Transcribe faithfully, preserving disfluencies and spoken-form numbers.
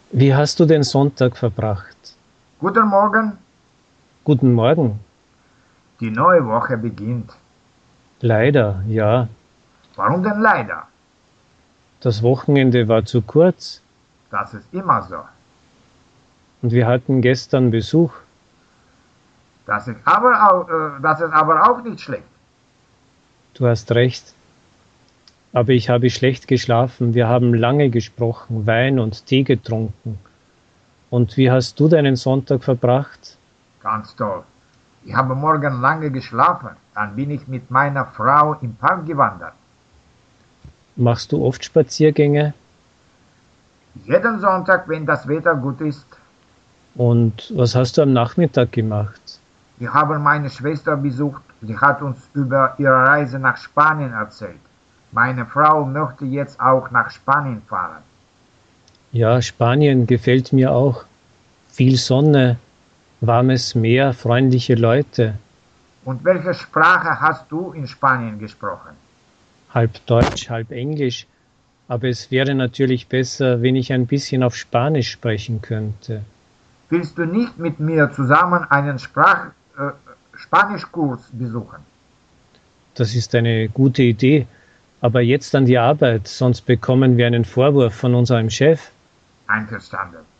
Wie hast du den Sonntag verbracht? Guten Morgen, Guten Morgen. die neue Woche beginnt. Leider, ja. Warum denn leider? Das Wochenende war zu kurz Das ist immer so. und wir hatten gestern Besuch. Das ist aber auch, äh, das ist aber auch nicht schlecht. Du hast recht. Aber ich habe schlecht geschlafen. Wir haben lange gesprochen, Wein und Tee getrunken. Und wie hast du deinen Sonntag verbracht? Ganz toll. Ich habe morgen lange geschlafen. Dann bin ich mit meiner Frau im Park gewandert. Machst du oft Spaziergänge? Jeden Sonntag, wenn das Wetter gut ist. Und was hast du am Nachmittag gemacht? Wir haben meine Schwester besucht. Sie hat uns über ihre Reise nach Spanien erzählt. Meine Frau möchte jetzt auch nach Spanien fahren. Ja, Spanien gefällt mir auch. Viel Sonne, warmes Meer, freundliche Leute. Und welche Sprache hast du in Spanien gesprochen? Halb Deutsch, halb Englisch. Aber es wäre natürlich besser, wenn ich ein bisschen auf Spanisch sprechen könnte. Willst du nicht mit mir zusammen einen Sprach, äh, Spanischkurs besuchen? Das ist eine gute Idee. Aber jetzt an die Arbeit, sonst bekommen wir einen Vorwurf von unserem Chef. Einverstanden.